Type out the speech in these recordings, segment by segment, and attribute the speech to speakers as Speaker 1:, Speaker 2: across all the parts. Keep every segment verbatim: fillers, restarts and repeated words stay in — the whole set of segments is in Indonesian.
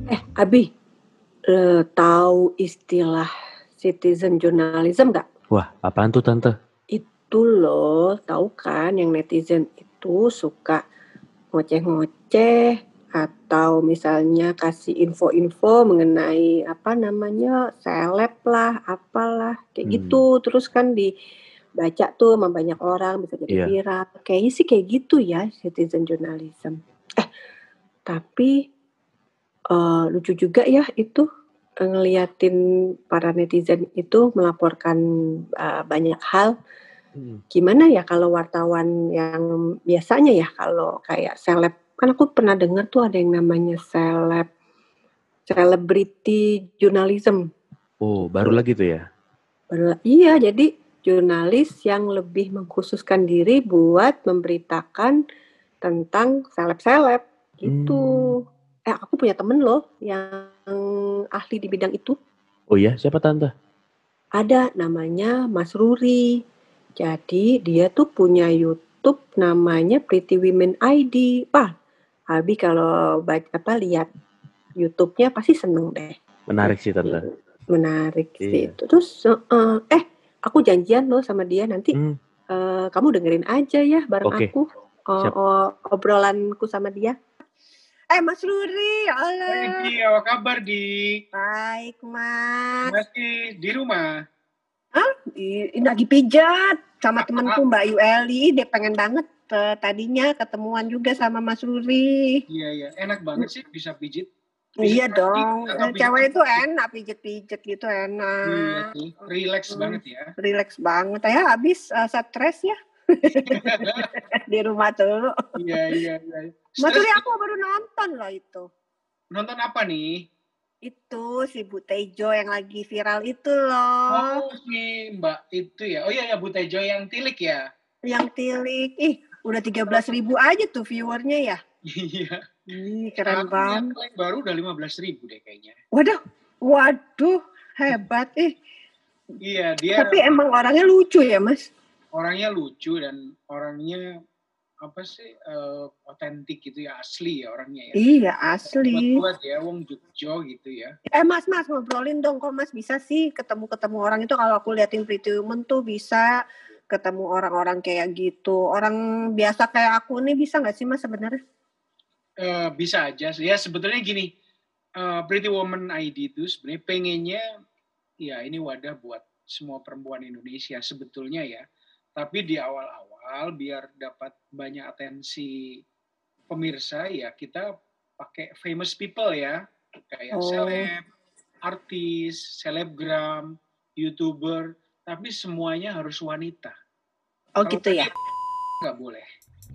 Speaker 1: Eh, Abi, eh, tahu istilah citizen journalism nggak?
Speaker 2: Wah, apaan tuh tante?
Speaker 1: Itu loh, tahu kan yang netizen itu suka ngoceh-ngoceh atau misalnya kasih info-info mengenai apa namanya seleb lah, apalah kayak gitu.
Speaker 2: Hmm,
Speaker 1: Terus kan dibaca tuh sama banyak orang bisa jadi
Speaker 2: iya.
Speaker 1: viral. Kayaknya sih kayak gitu ya citizen journalism. Tapi eh, lucu juga ya itu eh, ngeliatin para netizen itu melaporkan eh, banyak hal.
Speaker 2: Hmm.
Speaker 1: Gimana ya kalau wartawan yang biasanya ya kalau kayak seleb, kan aku pernah dengar tuh ada yang namanya seleb, celebrity journalism
Speaker 2: Oh, baru
Speaker 1: gitu.
Speaker 2: lagi tuh ya?
Speaker 1: Padahal- Iya, jadi jurnalis yang lebih mengkhususkan diri buat memberitakan tentang seleb-seleb gitu.
Speaker 2: Hmm.
Speaker 1: Eh, aku punya temen loh yang ahli di bidang itu.
Speaker 2: Oh iya, siapa tante?
Speaker 1: Ada namanya Mas Ruri. Jadi dia tuh punya YouTube namanya Pretty Women I D. Wah, Abi kalau baca apa lihat YouTube-nya pasti seneng deh.
Speaker 2: Menarik sih
Speaker 1: Gitu.
Speaker 2: tante.
Speaker 1: Menarik sih
Speaker 2: Iya.
Speaker 1: itu. Terus eh, eh aku janjian loh sama dia nanti
Speaker 2: Hmm.
Speaker 1: eh, kamu dengerin aja ya bareng
Speaker 2: Oke,
Speaker 1: aku oh,
Speaker 2: siap.
Speaker 1: oh, obrolanku sama dia. Eh Mas Ruri, halo.
Speaker 3: Hai Di, apa kabar Di?
Speaker 1: Baik Mas.
Speaker 3: Masih di rumah?
Speaker 1: Hah? Ini lagi pijat sama temanku Mbak Yueli. Dia pengen banget eh, tadinya ketemuan juga sama Mas Ruri.
Speaker 3: Iya, iya. Enak banget sih bisa pijit.
Speaker 1: Iya
Speaker 3: Pijit kaki
Speaker 1: dong,
Speaker 3: atau
Speaker 1: Eh,
Speaker 3: pijit
Speaker 1: cewek itu
Speaker 3: kaki?
Speaker 1: enak pijet-pijet gitu
Speaker 3: Iya
Speaker 1: enak.
Speaker 3: sih, relax
Speaker 1: Hmm,
Speaker 3: banget ya.
Speaker 1: relax banget ya habis uh, stres ya di rumah tuh.
Speaker 3: Iya, iya, iya.
Speaker 1: Mas
Speaker 3: Stres
Speaker 1: Ruri aku baru nonton loh itu.
Speaker 3: nonton apa nih?
Speaker 1: Itu si Bu Tejo yang lagi viral itu loh.
Speaker 3: Oh, si Mbak itu ya. Oh iya, ya Bu Tejo yang tilik ya.
Speaker 1: Yang tilik. Ih, udah tiga belas ribu aja tuh viewernya ya.
Speaker 3: Iya.
Speaker 1: Ih, keren
Speaker 3: Sekarang yang
Speaker 1: banget.
Speaker 3: paling baru udah lima belas ribu deh kayaknya.
Speaker 1: Waduh, waduh, hebat ih.
Speaker 3: Iya, dia
Speaker 1: Tapi emang orangnya lucu ya, Mas?
Speaker 3: orangnya lucu dan orangnya apa sih uh, otentik gitu ya, asli ya orangnya ya.
Speaker 1: Iya, asli.
Speaker 3: Buat-buat ya, wong Jogja gitu ya.
Speaker 1: Eh, Mas, Mas, ngobrolin dong. Kok Mas bisa sih ketemu-ketemu orang itu? Kalau aku liatin Pretty Woman tuh bisa ketemu orang-orang kayak gitu. Orang biasa kayak aku nih bisa nggak sih, Mas, sebenarnya?
Speaker 3: Uh, bisa aja. Ya sebetulnya gini, uh, Pretty Woman I D itu sebenarnya pengennya, ya ini wadah buat semua perempuan Indonesia sebetulnya ya. Tapi di awal-awal biar dapat banyak atensi pemirsa ya kita pakai famous people ya, kayak
Speaker 1: Oh,
Speaker 3: seleb, artis, selebgram, youtuber, tapi semuanya harus wanita.
Speaker 1: oh
Speaker 3: Kalau
Speaker 1: gitu ya.
Speaker 3: nggak boleh.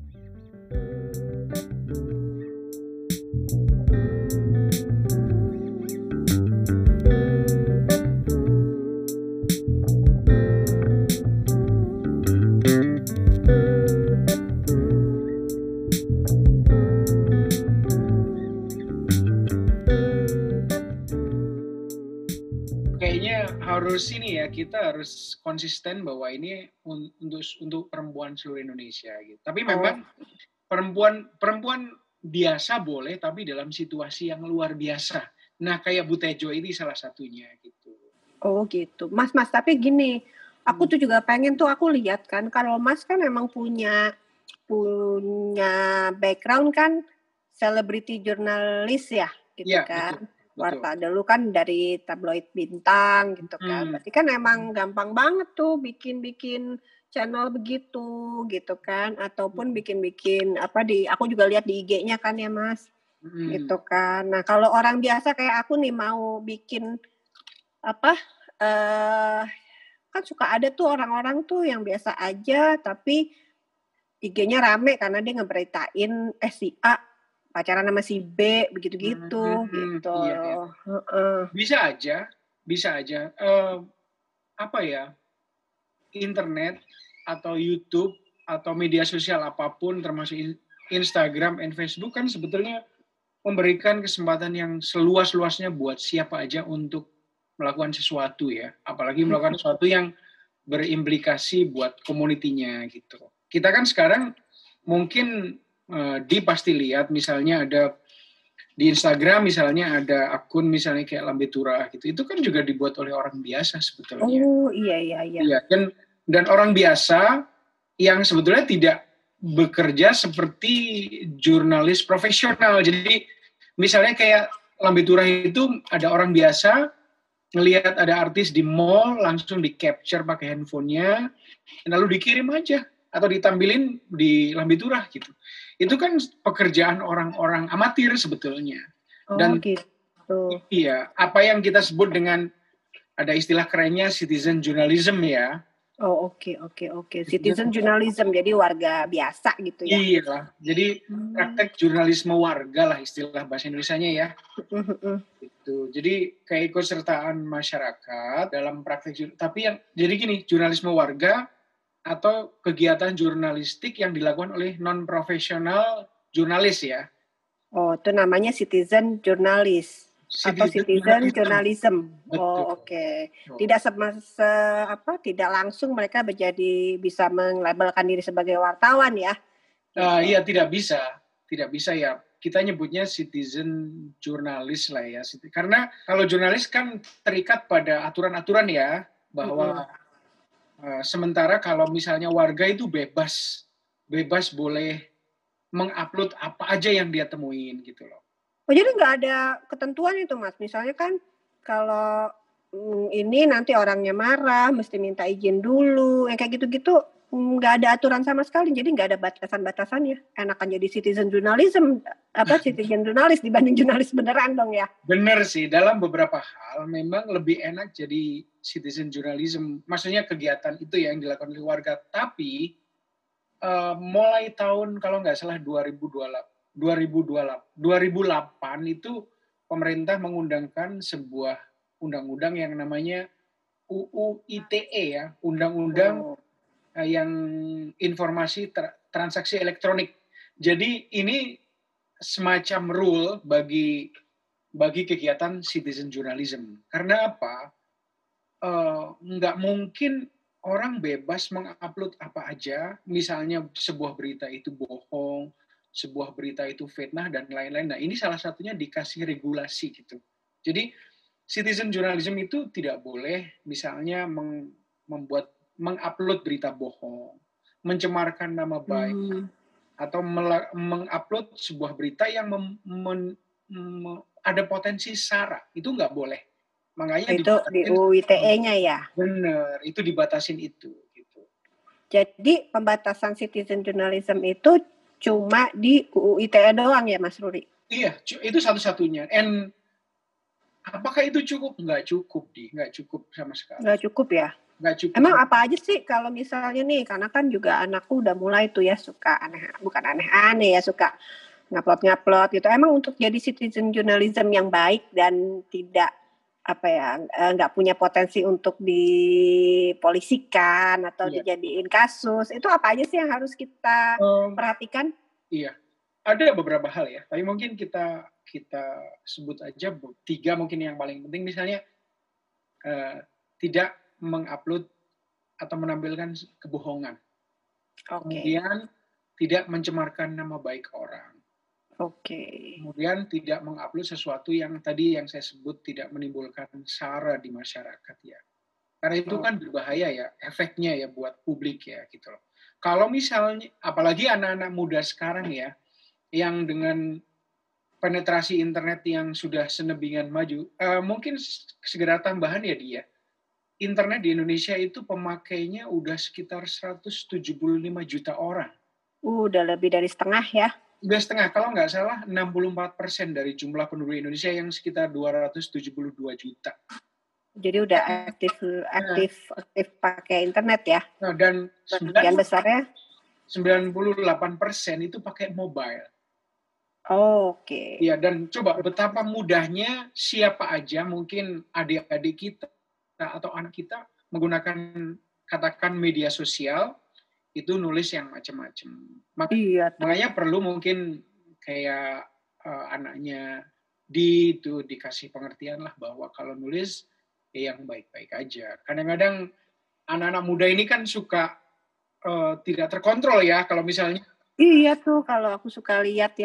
Speaker 3: Kayaknya harus ini ya, kita harus konsisten bahwa ini un- untuk untuk perempuan seluruh Indonesia gitu. Tapi memang
Speaker 1: Oh,
Speaker 3: perempuan perempuan biasa boleh, tapi dalam situasi yang luar biasa. Nah, kayak Bu Tejo ini salah satunya gitu.
Speaker 1: oh gitu. Mas, Mas, tapi gini, aku
Speaker 3: Hmm.
Speaker 1: tuh juga pengen tuh aku lihat kan, kalau Mas kan emang punya punya background kan celebrity jurnalis ya, gitu
Speaker 3: Iya,
Speaker 1: kan.
Speaker 3: betul. Betul.
Speaker 1: Warta dulu kan dari tabloid Bintang gitu kan.
Speaker 3: Hmm.
Speaker 1: Berarti kan emang gampang banget tuh bikin-bikin channel begitu gitu kan, ataupun bikin-bikin apa di aku juga lihat di I G-nya kan ya Mas.
Speaker 3: Hmm.
Speaker 1: Gitu kan. Nah, kalau orang biasa kayak aku nih mau bikin apa eh kan suka ada tuh orang-orang tuh yang biasa aja tapi I G-nya rame karena dia ngeberitain eh si A pacaran sama si B begitu-gitu
Speaker 3: Hmm.
Speaker 1: gitu.
Speaker 3: Iya, iya.
Speaker 1: Heeh.
Speaker 3: Bisa aja, bisa aja. Uh, apa ya? Internet atau YouTube atau media sosial apapun termasuk Instagram dan Facebook kan sebetulnya memberikan kesempatan yang seluas-luasnya buat siapa aja untuk melakukan sesuatu ya, apalagi melakukan sesuatu yang berimplikasi buat komunitinya gitu. Kita kan sekarang mungkin uh, di pasti lihat misalnya ada di Instagram misalnya ada akun misalnya kayak Lambe Turah gitu, itu kan juga dibuat oleh orang biasa sebetulnya.
Speaker 1: Oh iya iya iya.
Speaker 3: Iya, dan dan orang biasa yang sebetulnya tidak bekerja seperti jurnalis profesional. Jadi misalnya kayak Lambe Turah itu ada orang biasa ngelihat ada artis di mall langsung di capture pakai handphonenya, lalu dikirim aja atau ditampilin di Lambe Turah gitu. Itu kan pekerjaan orang-orang amatir sebetulnya.
Speaker 1: Oh
Speaker 3: Dan
Speaker 1: gitu.
Speaker 3: iya, apa yang kita sebut dengan ada istilah kerennya citizen journalism ya.
Speaker 1: Oh oke oke oke. Citizen journalism, jadi warga biasa gitu ya.
Speaker 3: Iya lah. Jadi praktek jurnalisme warga lah istilah bahasa Indonesianya ya. Itu. Jadi keikutsertaan masyarakat dalam praktek, tapi yang jadi gini, jurnalisme warga atau kegiatan jurnalistik yang dilakukan oleh non profesional jurnalis ya.
Speaker 1: Oh, itu namanya citizen journalist. Atau citizen journalism.
Speaker 3: Betul.
Speaker 1: Oh, oke. Okay. Tidak se, se apa tidak langsung mereka menjadi bisa melabelkan diri sebagai wartawan ya.
Speaker 3: Uh, iya, tidak bisa. Tidak bisa ya. Kita nyebutnya citizen jurnalis lah ya. Karena kalau jurnalis kan terikat pada aturan-aturan ya, bahwa mm-hmm. uh, sementara kalau misalnya warga itu bebas bebas boleh mengupload apa aja yang dia temuin gitu loh.
Speaker 1: Oh, jadi nggak ada ketentuan itu, Mas? Misalnya kan kalau mm, ini nanti orangnya marah, mesti minta izin dulu, yang kayak gitu-gitu nggak ada aturan sama sekali, jadi nggak ada batasan-batasannya. Enakan jadi citizen journalism, apa citizen jurnalis dibanding jurnalis beneran dong ya?
Speaker 3: Bener sih, dalam beberapa hal memang lebih enak jadi citizen journalism, maksudnya kegiatan itu yang dilakukan oleh warga. Tapi uh, mulai tahun kalau nggak salah dua ribu delapan itu pemerintah mengundangkan sebuah undang-undang yang namanya U U I T E ya, undang-undang oh. yang informasi tra- transaksi elektronik. Jadi ini semacam rule bagi bagi kegiatan citizen journalism. Karena apa? Uh, nggak mungkin orang bebas mengupload apa aja, misalnya sebuah berita itu bohong, sebuah berita itu fitnah dan lain-lain. Nah, ini salah satunya dikasih regulasi gitu. Jadi citizen journalism itu tidak boleh misalnya meng, membuat mengupload berita bohong, mencemarkan nama baik, hmm. atau mela, mengupload sebuah berita yang mem, men, mem, ada potensi sara. Itu nggak boleh. Makanya
Speaker 1: itu di U I T E-nya ya.
Speaker 3: Benar, itu dibatasin itu gitu.
Speaker 1: Jadi pembatasan citizen journalism itu cuma di U U I T E doang ya, Mas Ruri?
Speaker 3: Iya, itu satu-satunya. And apakah itu cukup? Nggak cukup, Di. Nggak cukup sama sekali.
Speaker 1: Nggak cukup ya?
Speaker 3: Nggak cukup.
Speaker 1: Emang apa aja sih kalau misalnya nih, karena kan juga anakku udah mulai tuh ya suka aneh, bukan aneh-aneh ya, suka ngupload-ngupload gitu. Emang untuk jadi citizen journalism yang baik dan tidak apa ya, nggak punya potensi untuk dipolisikan atau iya. dijadiin kasus, itu apa aja sih yang harus kita um, perhatikan?
Speaker 3: Iya, ada beberapa hal ya, tapi mungkin kita kita sebut aja tiga mungkin yang paling penting. Misalnya uh, tidak mengupload atau menampilkan kebohongan,
Speaker 1: okay.
Speaker 3: kemudian tidak mencemarkan nama baik orang.
Speaker 1: Oke. Okay.
Speaker 3: Kemudian tidak mengupload sesuatu yang tadi yang saya sebut tidak menimbulkan sara di masyarakat ya. Karena itu oh. kan berbahaya ya, efeknya ya buat publik ya gitu loh. Kalau misalnya, apalagi anak-anak muda sekarang ya, yang dengan penetrasi internet yang sudah senebingan maju, uh, mungkin segera tambahan ya dia. Internet di Indonesia itu pemakainya udah sekitar seratus tujuh puluh lima juta orang.
Speaker 1: Uh, udah lebih dari setengah ya.
Speaker 3: Udah setengah, kalau nggak salah enam puluh empat persen dari jumlah penduduk Indonesia yang sekitar dua ratus tujuh puluh dua juta.
Speaker 1: Jadi udah aktif aktif nah. aktif pakai internet ya.
Speaker 3: Nah, dan
Speaker 1: sebagian besarnya
Speaker 3: sembilan puluh delapan persen itu pakai mobile.
Speaker 1: Oh, oke. Okay.
Speaker 3: Ya, dan coba betapa mudahnya siapa aja, mungkin adik-adik kita atau anak kita menggunakan katakan media sosial itu nulis yang macam-macam. Mak-
Speaker 1: iya.
Speaker 3: Makanya perlu mungkin kayak uh, anaknya di itu dikasih pengertian lah bahwa kalau nulis ya yang baik-baik aja. Kadang-kadang anak-anak muda ini kan suka uh, tidak terkontrol ya kalau misalnya.
Speaker 1: Iya tuh kalau aku suka lihat ya.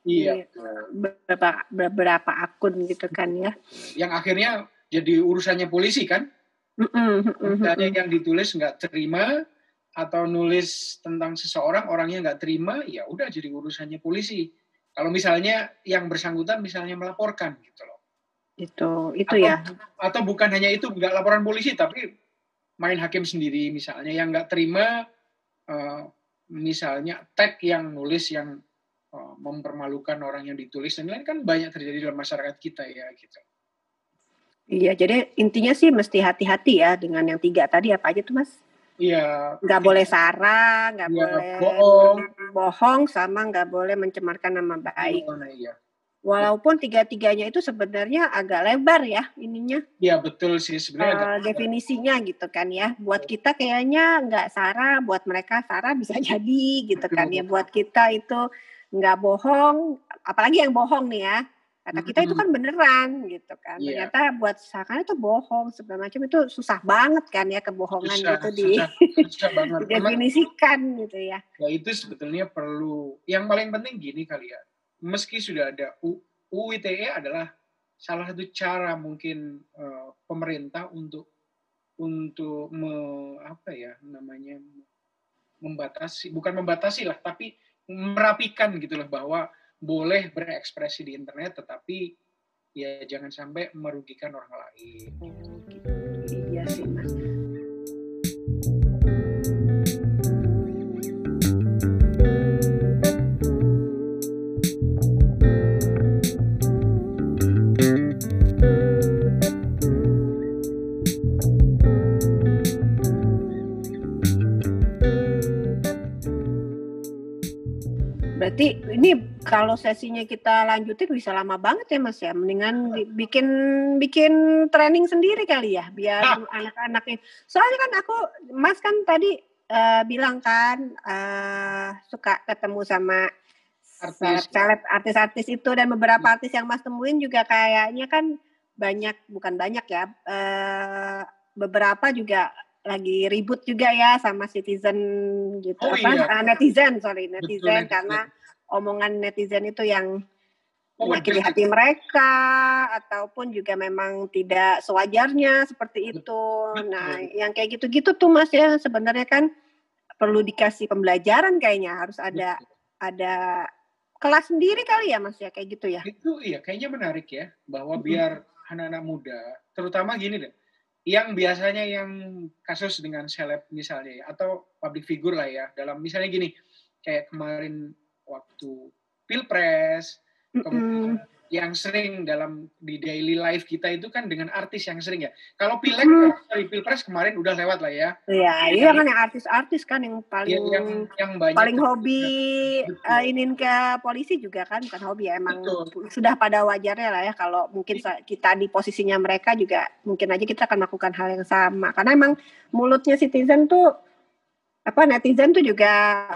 Speaker 3: Iya.
Speaker 1: Beberapa, beberapa akun gitu kan ya.
Speaker 3: Yang akhirnya jadi urusannya polisi kan? Misalnya yang ditulis nggak terima atau nulis tentang seseorang, orangnya nggak terima, ya udah jadi urusannya polisi. Kalau misalnya yang bersangkutan misalnya melaporkan gitu loh.
Speaker 1: Itu, itu
Speaker 3: atau,
Speaker 1: ya.
Speaker 3: Atau bukan hanya itu, nggak laporan polisi, tapi main hakim sendiri misalnya yang nggak terima, uh, misalnya tag yang nulis yang uh, mempermalukan orang yang ditulis, dan lain kan banyak terjadi dalam masyarakat kita ya gitu.
Speaker 1: Iya, jadi intinya sih mesti hati-hati ya dengan yang tiga tadi, apa aja tuh Mas?
Speaker 3: Iya.
Speaker 1: Nggak boleh sara, nggak ya, boleh
Speaker 3: bohong,
Speaker 1: bohong, sama nggak boleh mencemarkan nama baik.
Speaker 3: Iya, iya.
Speaker 1: Walaupun tiga-tiganya itu sebenarnya agak lebar ya ininya.
Speaker 3: Iya betul sih sebenarnya.
Speaker 1: Uh, definisinya gitu kan ya. Buat kita kayaknya nggak sara, buat mereka sara bisa jadi gitu kan ya. Buat kita itu nggak bohong, apalagi yang bohong nih ya. Kata kita itu kan beneran gitu kan. Yeah. Ternyata buat seakan itu bohong segala macam, itu susah banget kan ya kebohongan
Speaker 3: susah,
Speaker 1: gitu di
Speaker 3: susah, susah banget.
Speaker 1: didefinisikan gitu ya.
Speaker 3: Ya itu sebetulnya perlu. Yang paling penting gini kali ya. Meski sudah ada U I T E adalah salah satu cara mungkin uh, pemerintah untuk untuk me, apa ya namanya membatasi, bukan membatasi lah, tapi merapikan gitu loh, bahwa boleh berekspresi di internet, tetapi ya jangan sampai merugikan orang lain.
Speaker 1: Oh, gitu. Iya sih Mas. Berarti ini kalau sesinya kita lanjutin bisa lama banget ya Mas ya. Mendingan bikin bikin training sendiri kali ya biar anak-anaknya. Soalnya kan aku Mas kan tadi uh, bilang kan uh, suka ketemu sama artis. artis-artis itu, dan beberapa artis yang Mas temuin juga kayaknya kan banyak, bukan banyak ya, uh, beberapa juga lagi ribut juga ya sama citizen gitu,
Speaker 3: oh,
Speaker 1: apa
Speaker 3: iya.
Speaker 1: uh, netizen sorry netizen
Speaker 3: Betul,
Speaker 1: karena netizen. Omongan netizen itu yang
Speaker 3: oh,
Speaker 1: menyakiti hati mereka ataupun juga memang tidak sewajarnya seperti itu. Betul. Nah, yang kayak gitu-gitu tuh Mas ya sebenarnya kan perlu dikasih pembelajaran kayaknya, harus ada Betul. ada kelas sendiri kali ya Mas ya kayak gitu ya.
Speaker 3: Itu iya kayaknya menarik ya, bahwa biar mm-hmm. anak-anak muda terutama gini deh, yang biasanya yang kasus dengan seleb misalnya ya, atau public figure lah ya, dalam misalnya gini, kayak kemarin waktu Pilpres, mm-hmm. kemudian yang sering dalam di daily life kita itu kan dengan artis yang sering ya. Kalau Pileg, mm-hmm. sorry, Pilpres kemarin udah lewat lah ya.
Speaker 1: Iya, iya kan yang artis-artis kan yang paling
Speaker 3: ya, yang, yang banyak
Speaker 1: paling hobi uh, inin ke polisi juga kan, bukan hobi ya, emang Betul. Sudah pada wajarnya lah ya, kalau mungkin kita di posisinya mereka juga mungkin aja kita akan melakukan hal yang sama, karena emang mulutnya citizen tuh apa netizen tuh juga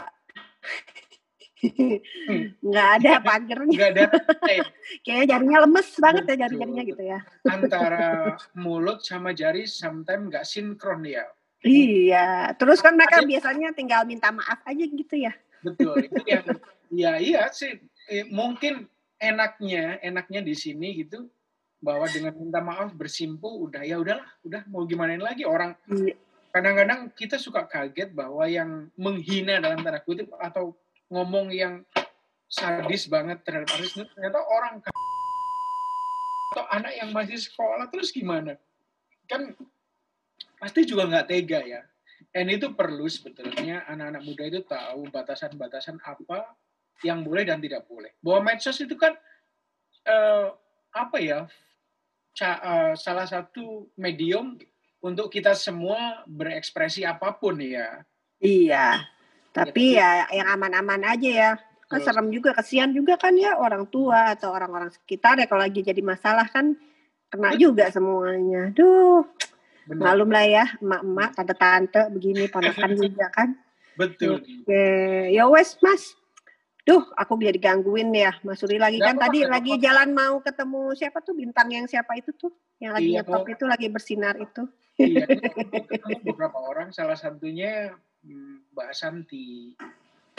Speaker 1: nggak ada pagernya,
Speaker 3: nggak ada,
Speaker 1: eh. Kayaknya jarinya lemes banget ya jari-jarinya gitu ya.
Speaker 3: Antara mulut sama jari sometimes nggak sinkron ya.
Speaker 1: Iya, terus kan mereka biasanya tinggal minta maaf aja gitu ya.
Speaker 3: Betul, itu yang, ya iya sih, eh, mungkin enaknya, enaknya di sini gitu, bahwa dengan minta maaf bersimpu, udah ya udahlah, udah mau gimanain lagi orang. Iya. Kadang-kadang kita suka kaget bahwa yang menghina dalam tanda kutip atau ngomong yang sadis banget terhadap artis itu ternyata orang atau anak yang masih sekolah, terus gimana? Kan pasti juga nggak tega ya. Dan itu perlu sebetulnya anak-anak muda itu tahu batasan-batasan apa yang boleh dan tidak boleh. Bahwa medsos itu kan eh, apa ya, ca- uh, salah satu medium untuk kita semua berekspresi apapun ya.
Speaker 1: Iya. Tapi ya, ya yang aman-aman aja ya. Kan Terus. Serem juga, kesian juga kan ya orang tua atau orang-orang sekitar ya kalau lagi jadi masalah kan kena Betul. Juga semuanya. Duh. Benar. Malum lah ya, emak-emak, tante-tante begini, ponakan juga kan.
Speaker 3: Betul.
Speaker 1: Oke, ya wes Mas. Duh, aku jadi gangguin ya, Mas Suri lagi gak kan apa, tadi lagi apa. Jalan mau ketemu siapa tuh bintang yang siapa itu tuh, yang lagi iya, ngetop itu lagi bersinar itu.
Speaker 3: Iya, ketemu beberapa orang, salah satunya Mbak Santi.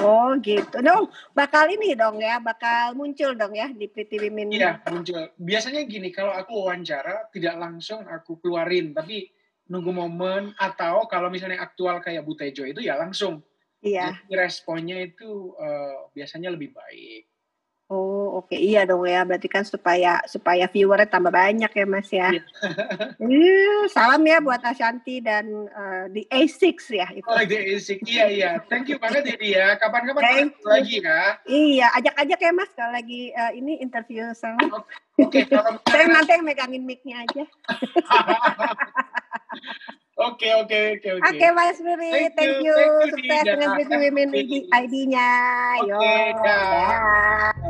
Speaker 1: Oh gitu. Dong, bakal ini dong ya, bakal muncul dong ya di Pretty Women.
Speaker 3: Iya, muncul. Biasanya gini, kalau aku wawancara tidak langsung aku keluarin, tapi nunggu momen, atau kalau misalnya aktual kayak Bu Tejo itu ya langsung.
Speaker 1: Iya.
Speaker 3: Jadi responnya itu uh, biasanya lebih baik.
Speaker 1: Oh oke, okay. Iya dong ya, berarti kan supaya supaya viewernya tambah banyak ya Mas ya.
Speaker 3: Iya.
Speaker 1: uh, salam ya buat Ashanti dan uh, di A enam ya itu.
Speaker 3: Oh di A enam, iya iya. Thank you banget ya dia. Kapan-kapan lagi ya.
Speaker 1: Iya, ajak-ajak ya Mas kalau lagi uh, ini interview saya.
Speaker 3: Oke, okay, kalau
Speaker 1: saya nanti yang megangin mic-nya aja.
Speaker 3: Oke oke oke oke.
Speaker 1: Oke Mas Ruri, thank, thank you. you. Sukses dengan Pretty Women I D-nya.
Speaker 3: Oke, okay, dah.